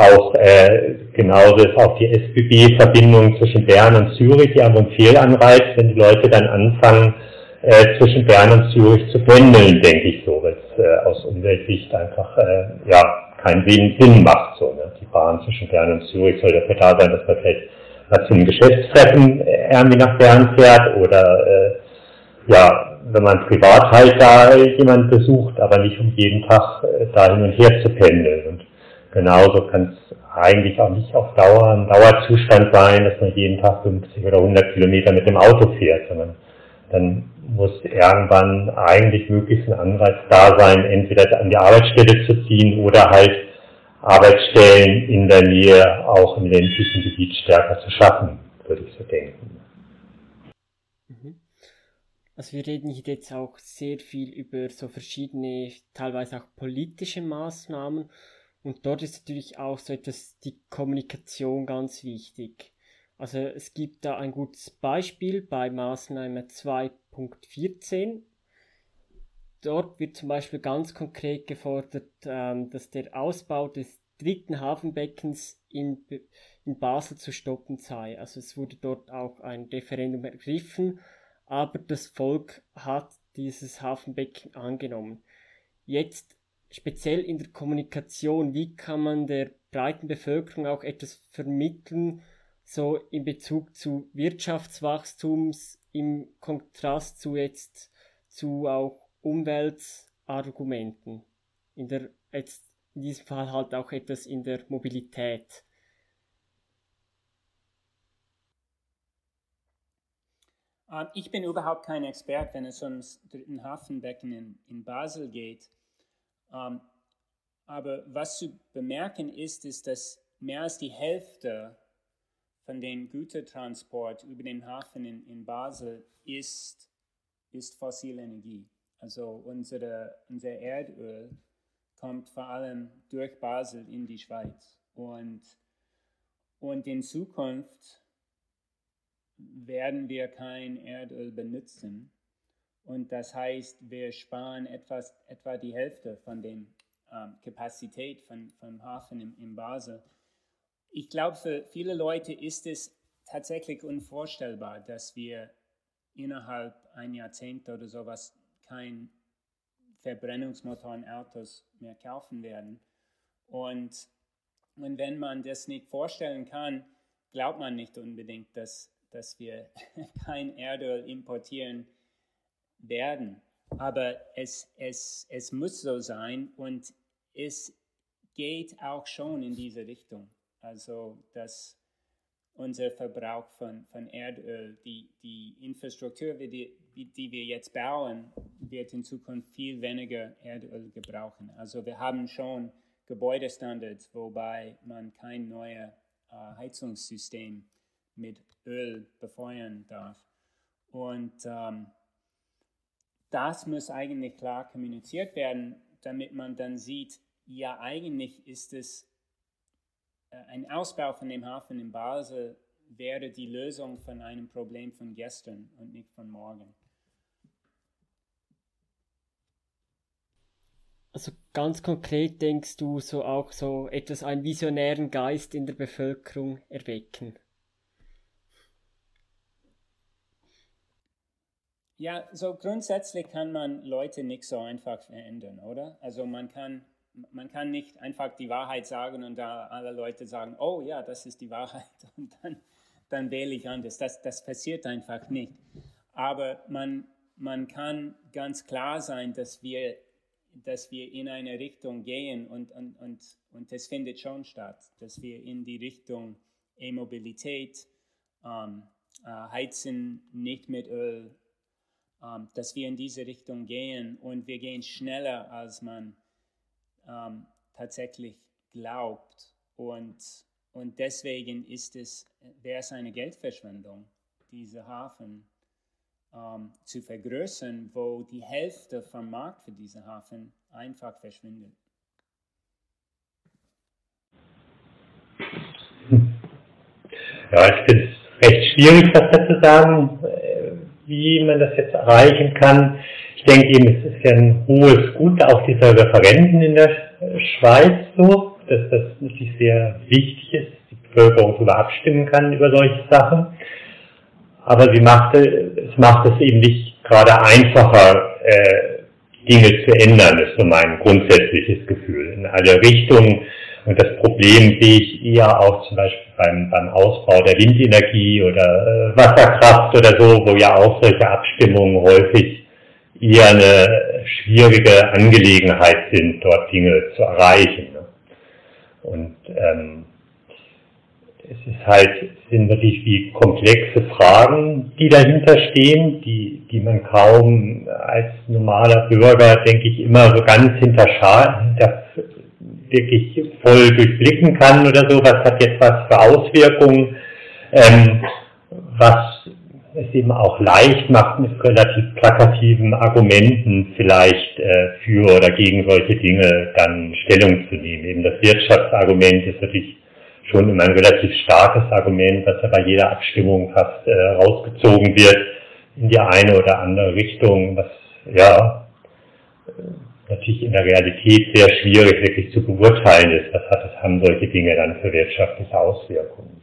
Auch äh, genauso ist auch die S B B-Verbindung zwischen Bern und Zürich ja ein Fehlanreiz, wenn die Leute dann anfangen, äh, zwischen Bern und Zürich zu pendeln, denke ich so, weil es äh, aus Umweltsicht einfach äh, ja keinen Sinn macht. So, ne? Die Bahn zwischen Bern und Zürich soll dafür da sein, dass man vielleicht mal zu einem Geschäftstreffen irgendwie nach Bern fährt oder äh, ja, wenn man privat halt da jemanden besucht, aber nicht um jeden Tag äh, da hin und her zu pendeln. Und genauso kann es eigentlich auch nicht auf Dauer ein Dauerzustand sein, dass man jeden Tag fünfzig oder hundert Kilometer mit dem Auto fährt, sondern dann muss irgendwann eigentlich möglichst ein Anreiz da sein, entweder an die Arbeitsstelle zu ziehen oder halt Arbeitsstellen in der Nähe auch im ländlichen Gebiet stärker zu schaffen, würde ich so denken. Also wir reden hier jetzt auch sehr viel über so verschiedene, teilweise auch politische Maßnahmen. Und dort ist natürlich auch so etwas, die Kommunikation ganz wichtig. Also es gibt da ein gutes Beispiel bei Maßnahme zwei Punkt vierzehn. Dort wird zum Beispiel ganz konkret gefordert, ähm, dass der Ausbau des dritten Hafenbeckens in, in Basel zu stoppen sei. Also es wurde dort auch ein Referendum ergriffen, aber das Volk hat dieses Hafenbecken angenommen. Jetzt speziell in der Kommunikation, wie kann man der breiten Bevölkerung auch etwas vermitteln, so in Bezug zu Wirtschaftswachstums, im Kontrast zu jetzt zu auch Umweltargumenten. In der, jetzt in diesem Fall halt auch etwas in der Mobilität. Ich bin überhaupt kein Experte, wenn es ums dritten Hafenbecken in, in Basel geht. Um, aber was zu bemerken ist, ist, dass mehr als die Hälfte von dem Gütertransport über den Hafen in, in Basel ist, ist fossile Energie. Also unsere, unser Erdöl kommt vor allem durch Basel in die Schweiz. Und, und in Zukunft werden wir kein Erdöl benutzen. Und das heißt, wir sparen etwas, etwa die Hälfte von der ähm, Kapazität von, vom Hafen in, in Basel. Ich glaube, für viele Leute ist es tatsächlich unvorstellbar, dass wir innerhalb ein Jahrzehnt oder sowas kein Verbrennungsmotorenautos mehr kaufen werden. Und, und wenn man das nicht vorstellen kann, glaubt man nicht unbedingt, dass, dass wir kein Erdöl importieren werden. Aber es, es, es muss so sein und es geht auch schon in diese Richtung. Also, dass unser Verbrauch von, von Erdöl, die, die Infrastruktur, die, die wir jetzt bauen, wird in Zukunft viel weniger Erdöl gebrauchen. Also wir haben schon Gebäudestandards, wobei man kein neues äh, Heizungssystem mit Öl befeuern darf. Und ähm, das muss eigentlich klar kommuniziert werden, damit man dann sieht, ja, eigentlich ist es äh, ein Ausbau von dem Hafen in Basel wäre die Lösung von einem Problem von gestern und nicht von morgen. Also ganz konkret denkst du so auch so etwas, einen visionären Geist in der Bevölkerung erwecken? Ja, so grundsätzlich kann man Leute nicht so einfach verändern, oder? Also man kann, man kann nicht einfach die Wahrheit sagen und da alle Leute sagen, oh ja, das ist die Wahrheit und dann, dann wähle ich anders. Das, das passiert einfach nicht. Aber man, man kann ganz klar sein, dass wir, dass wir in eine Richtung gehen und, und, und, und das findet schon statt, dass wir in die Richtung E-Mobilität, ähm, äh, Heizen nicht mit Öl, Um, dass wir in diese Richtung gehen und wir gehen schneller, als man um, tatsächlich glaubt. Und, und deswegen ist es, wäre es eine Geldverschwendung, diese Hafen um, zu vergrößern, wo die Hälfte vom Markt für diesen Hafen einfach verschwindet. Ja, ich finde es recht schwierig, was dazu sagen, wie man das jetzt erreichen kann. Ich denke eben, es ist ja ein hohes Gut, auch dieser Referenten in der Schweiz so, dass das natürlich sehr wichtig ist, die Bevölkerung darüber abstimmen kann über solche Sachen. Aber sie macht, es macht es eben nicht gerade einfacher, äh, Dinge zu ändern, ist so mein grundsätzliches Gefühl. In alle Richtungen. Und das Problem sehe ich eher auch zum Beispiel beim, beim Ausbau der Windenergie oder äh, Wasserkraft oder so, wo ja auch solche Abstimmungen häufig eher eine schwierige Angelegenheit sind, dort Dinge zu erreichen. Ne? Und ähm, es ist halt, sind wirklich wie komplexe Fragen, die dahinter stehen, die, die man kaum als normaler Bürger, denke ich, immer so ganz hinterschar, hinter, wirklich voll durchblicken kann oder so, was hat jetzt was für Auswirkungen, ähm, was es eben auch leicht macht, mit relativ plakativen Argumenten vielleicht äh, für oder gegen solche Dinge dann Stellung zu nehmen. Eben das Wirtschaftsargument ist natürlich schon immer ein relativ starkes Argument, was ja bei jeder Abstimmung fast äh, rausgezogen wird in die eine oder andere Richtung, was ja natürlich in der Realität sehr schwierig wirklich zu beurteilen ist. Was hat es, haben solche Dinge dann für wirtschaftliche Auswirkungen?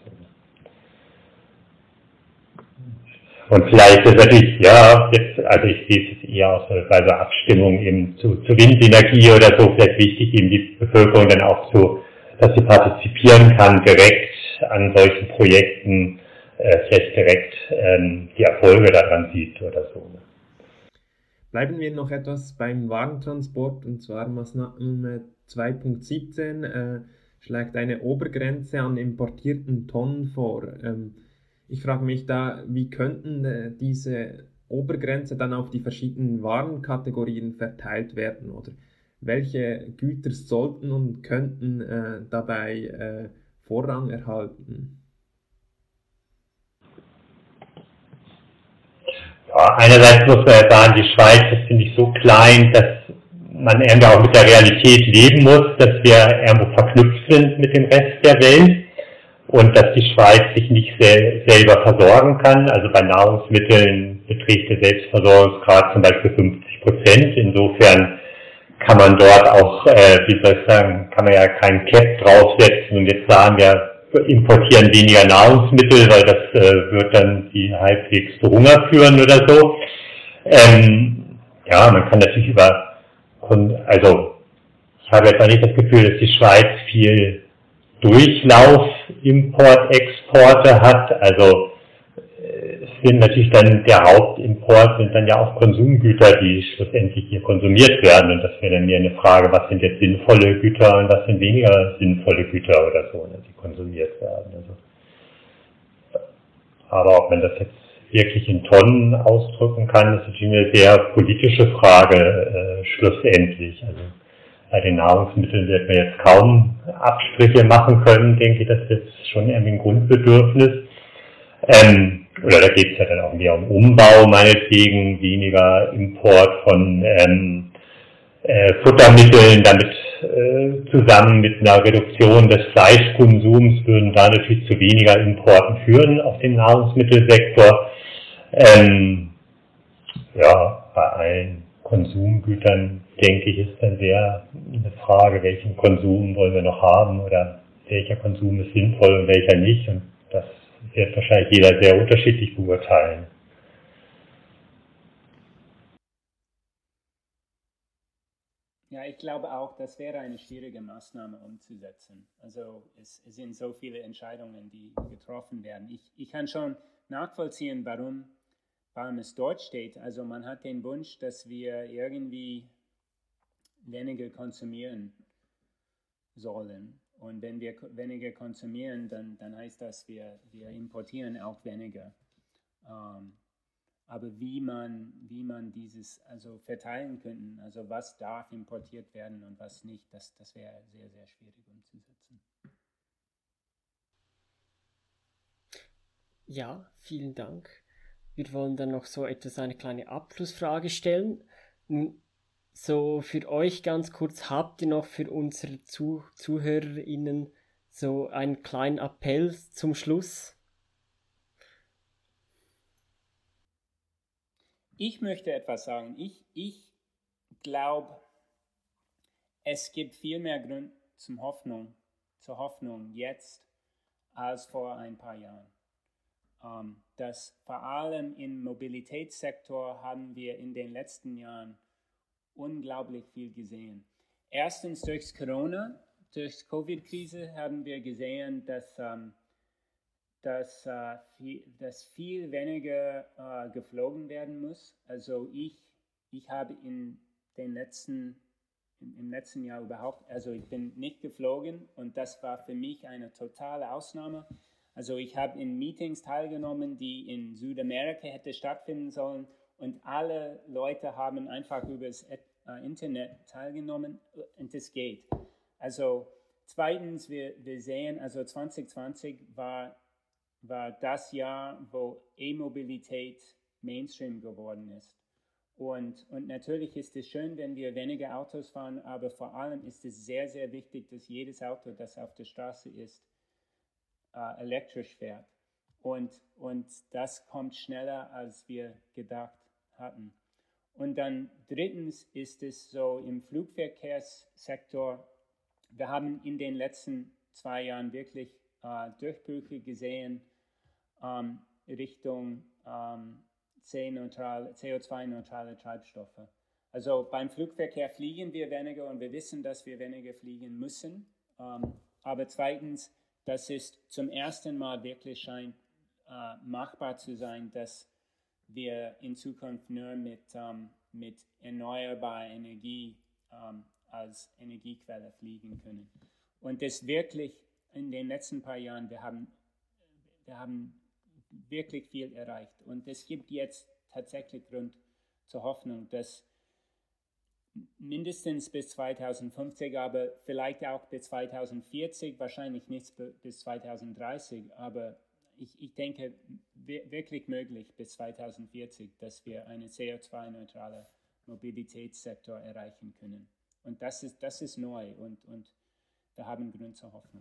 Und vielleicht ist natürlich, ja, jetzt, also ich sehe es jetzt eher aus bei so Abstimmungen eben zu, zu Windenergie oder so, vielleicht wichtig, eben die Bevölkerung dann auch zu, dass sie partizipieren kann, direkt an solchen Projekten, äh, vielleicht direkt ähm, die Erfolge daran sieht oder so. Bleiben wir noch etwas beim Warentransport, und zwar Maßnahme zwei Punkt siebzehn äh, schlägt eine Obergrenze an importierten Tonnen vor. Ähm, ich frage mich da, wie könnten äh, diese Obergrenze dann auf die verschiedenen Warenkategorien verteilt werden, oder welche Güter sollten und könnten äh, dabei äh, Vorrang erhalten? Ja, einerseits muss man ja sagen, die Schweiz ist, finde ich, so klein, dass man irgendwie auch mit der Realität leben muss, dass wir irgendwo verknüpft sind mit dem Rest der Welt und dass die Schweiz sich nicht sel- selber versorgen kann. Also bei Nahrungsmitteln beträgt der Selbstversorgungsgrad zum Beispiel fünfzig Prozent. Insofern kann man dort auch, äh, wie soll ich sagen, kann man ja keinen Cap draufsetzen und jetzt sagen wir, importieren weniger Nahrungsmittel, weil das äh, wird dann die halbwegs zu Hunger führen oder so. Ähm, ja, man kann natürlich über, also ich habe jetzt auch nicht das Gefühl, dass die Schweiz viel Durchlauf, Import, Exporte hat. Also es sind natürlich dann, der Hauptimport sind dann ja auch Konsumgüter, die schlussendlich hier konsumiert werden. Und das wäre dann mehr eine Frage, was sind jetzt sinnvolle Güter und was sind weniger sinnvolle Güter oder so, ne, die konsumiert werden. Also, aber ob man das jetzt wirklich in Tonnen ausdrücken kann, ist natürlich eine sehr politische Frage äh, schlussendlich. Also bei den Nahrungsmitteln wird man jetzt kaum Abstriche machen können, denke ich, das ist jetzt schon irgendwie ein Grundbedürfnis. Ähm, oder da geht es ja dann auch mehr um Umbau, meinetwegen weniger Import von ähm, äh, Futtermitteln, damit äh, zusammen mit einer Reduktion des Fleischkonsums würden da natürlich zu weniger Importen führen auf dem Nahrungsmittelsektor. Ähm, ja, bei allen Konsumgütern, denke ich, ist dann sehr eine Frage, welchen Konsum wollen wir noch haben oder welcher Konsum ist sinnvoll und welcher nicht. Und das wird wahrscheinlich jeder sehr unterschiedlich beurteilen. Ja, ich glaube auch, das wäre eine schwierige Maßnahme umzusetzen. Also es, es sind so viele Entscheidungen, die getroffen werden. Ich, ich kann schon nachvollziehen, warum, warum es dort steht. Also man hat den Wunsch, dass wir irgendwie weniger konsumieren sollen. Und wenn wir weniger konsumieren, dann, dann heißt das, wir, wir importieren auch weniger. Ähm, aber wie man, wie man dieses also verteilen könnte, also was darf importiert werden und was nicht, das, das wäre sehr, sehr schwierig umzusetzen. Ja, vielen Dank. Wir wollen dann noch so etwas, eine kleine Abschlussfrage stellen. Nun, so für euch ganz kurz, habt ihr noch für unsere Zuh- ZuhörerInnen so einen kleinen Appell zum Schluss? Ich möchte etwas sagen. Ich, ich glaube, es gibt viel mehr Grund, zum Hoffnung, zur Hoffnung jetzt als vor ein paar Jahren. Ähm, das vor allem im Mobilitätssektor haben wir in den letzten Jahren unglaublich viel gesehen. Erstens durch Corona, durch die Covid-Krise haben wir gesehen, dass, ähm, dass, äh, viel, dass viel weniger äh, geflogen werden muss. Also ich, ich habe in den letzten, im, im letzten Jahr überhaupt, also ich bin nicht geflogen und das war für mich eine totale Ausnahme. Also ich habe in Meetings teilgenommen, die in Südamerika hätte stattfinden sollen und alle Leute haben einfach über das Internet teilgenommen und das geht. Also zweitens, wir, wir sehen, also zwanzig zwanzig war, war das Jahr, wo E-Mobilität Mainstream geworden ist. Und, und natürlich ist es schön, wenn wir weniger Autos fahren, aber vor allem ist es sehr, sehr wichtig, dass jedes Auto, das auf der Straße ist, äh, elektrisch fährt. Und, und das kommt schneller, als wir gedacht hatten. Und dann drittens ist es so im Flugverkehrssektor, wir haben in den letzten zwei Jahren wirklich äh, Durchbrüche gesehen ähm, Richtung ähm, C O zwei neutrale Treibstoffe. Also beim Flugverkehr fliegen wir weniger und wir wissen, dass wir weniger fliegen müssen. Ähm, aber zweitens, das ist zum ersten Mal wirklich scheint äh, machbar zu sein, dass wir in Zukunft nur mit, ähm, mit erneuerbarer Energie ähm, als Energiequelle fliegen können. Und das wirklich in den letzten paar Jahren, wir haben, wir haben wirklich viel erreicht. Und es gibt jetzt tatsächlich Grund zur Hoffnung, dass mindestens bis zweitausendfünfzig, aber vielleicht auch bis zweitausendvierzig, wahrscheinlich nicht bis zweitausenddreißig, aber ich, ich denke wirklich möglich bis zweitausendvierzig, dass wir einen C O zwei neutralen Mobilitätssektor erreichen können. Und das ist, das ist neu und, und wir haben Grund zur Hoffnung.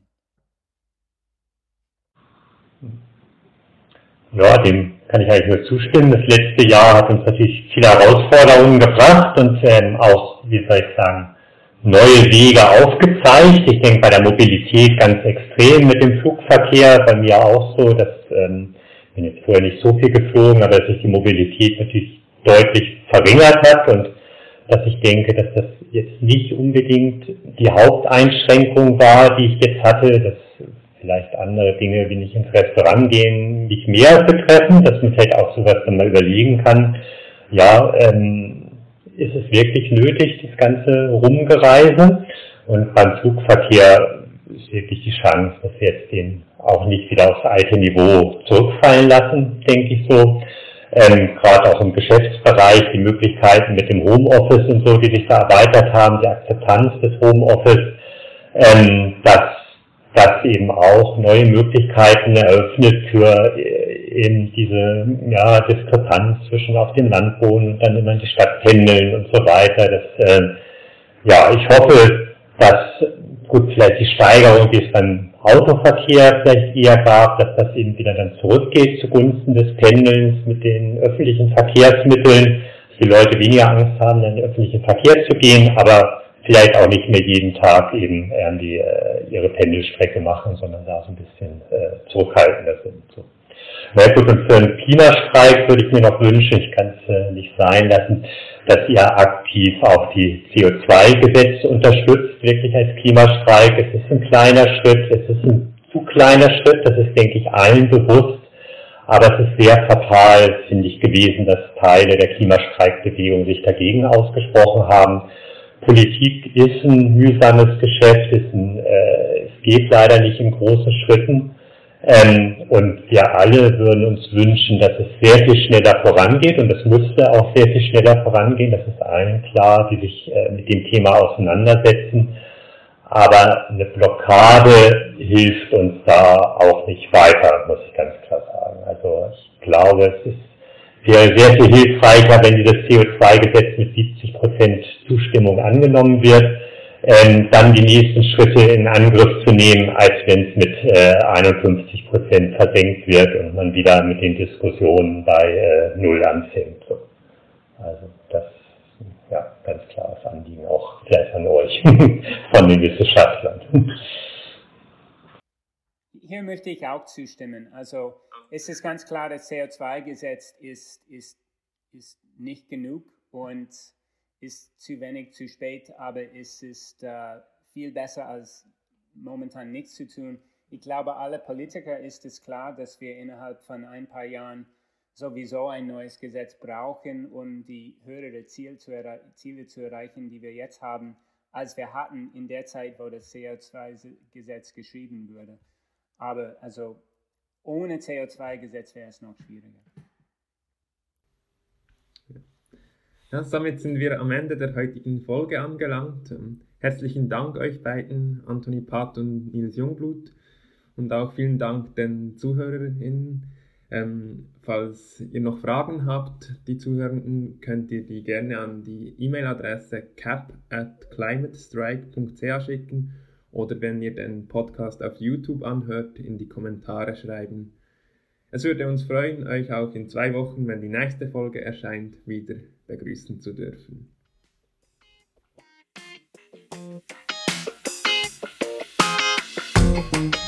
Ja, dem kann ich eigentlich nur zustimmen. Das letzte Jahr hat uns natürlich viele Herausforderungen gebracht und ähm, auch, wie soll ich sagen, neue Wege aufgezeigt. Ich denke bei der Mobilität ganz extrem mit dem Flugverkehr, bei mir auch so, dass ähm, ich bin jetzt vorher nicht so viel geflogen, aber dass sich die Mobilität natürlich deutlich verringert hat und dass ich denke, dass das jetzt nicht unbedingt die Haupteinschränkung war, die ich jetzt hatte, dass vielleicht andere Dinge, wie nicht ins Restaurant gehen, mich mehr betreffen, dass man vielleicht auch sowas dann mal überlegen kann, ja, ähm, ist es wirklich nötig, das ganze Rumgereise? Und beim Flugverkehr ist wirklich die Chance, dass wir jetzt den auch nicht wieder aufs alte Niveau zurückfallen lassen, denke ich so. Ähm, gerade auch im Geschäftsbereich, die Möglichkeiten mit dem Homeoffice und so, die sich da erweitert haben, die Akzeptanz des Homeoffice, ähm, dass das eben auch neue Möglichkeiten eröffnet für äh, eben diese ja, Diskrepanz zwischen auf dem Land wohnen und dann immer in die Stadt pendeln und so weiter. Das, äh, ja, ich hoffe, dass gut vielleicht die Steigerung, die es beim Autoverkehr vielleicht eher gab, dass das eben wieder dann zurückgeht zugunsten des Pendelns mit den öffentlichen Verkehrsmitteln, dass die Leute weniger Angst haben, in den öffentlichen Verkehr zu gehen, aber vielleicht auch nicht mehr jeden Tag eben irgendwie äh, ihre Pendelstrecke machen, sondern da so ein bisschen äh, zurückhaltender sind. So. Na gut, und für einen Klimastreik würde ich mir noch wünschen, ich kann es äh, nicht sein lassen, dass ihr aktiv auch die C O zwei Gesetze unterstützt, wirklich als Klimastreik. Es ist ein kleiner Schritt, es ist ein zu kleiner Schritt, das ist, denke ich, allen bewusst, aber es ist sehr fatal, finde ich, gewesen, dass Teile der Klimastreikbewegung sich dagegen ausgesprochen haben. Politik ist ein mühsames Geschäft, ist ein, äh, es geht leider nicht in großen Schritten. Ähm, und wir alle würden uns wünschen, dass es sehr viel schneller vorangeht und es müsste auch sehr viel schneller vorangehen, das ist allen klar, die sich äh, mit dem Thema auseinandersetzen. Aber eine Blockade hilft uns da auch nicht weiter, muss ich ganz klar sagen. Also ich glaube, es ist wäre sehr viel hilfreicher, wenn dieses C O zwei Gesetz mit siebzig Prozent Zustimmung angenommen wird, ähm, dann die nächsten Schritte in Angriff zu nehmen, als wenn es mit äh, einundfünfzig Prozent versenkt wird und man wieder mit den Diskussionen bei äh, Null anfängt. So. Also das ja, ganz klares Anliegen auch vielleicht an euch von den Wissenschaftlern. Hier möchte ich auch zustimmen. Also es ist ganz klar, das C O zwei Gesetz ist, ist, ist nicht genug und ist zu wenig, zu spät, aber es ist äh, viel besser als momentan nichts zu tun. Ich glaube, alle Politiker ist es klar, dass wir innerhalb von ein paar Jahren sowieso ein neues Gesetz brauchen, um die höhere Ziel zu erre- Ziele zu erreichen, die wir jetzt haben, als wir hatten in der Zeit, wo das C O zwei Gesetz geschrieben wurde. Aber also ohne C O zwei Gesetz wäre es noch schwieriger. Ja, somit sind wir am Ende der heutigen Folge angelangt. Ähm, herzlichen Dank euch beiden, Anthony Path und Nils Jungblut. Und auch vielen Dank den ZuhörerInnen. Ähm, falls ihr noch Fragen habt, die Zuhörenden, könnt ihr die gerne an die E-Mail-Adresse cap at climatestrike punkt c h schicken oder wenn ihr den Podcast auf YouTube anhört, in die Kommentare schreiben. Es würde uns freuen, euch auch in zwei Wochen, wenn die nächste Folge erscheint, wieder begrüßen zu dürfen. Musik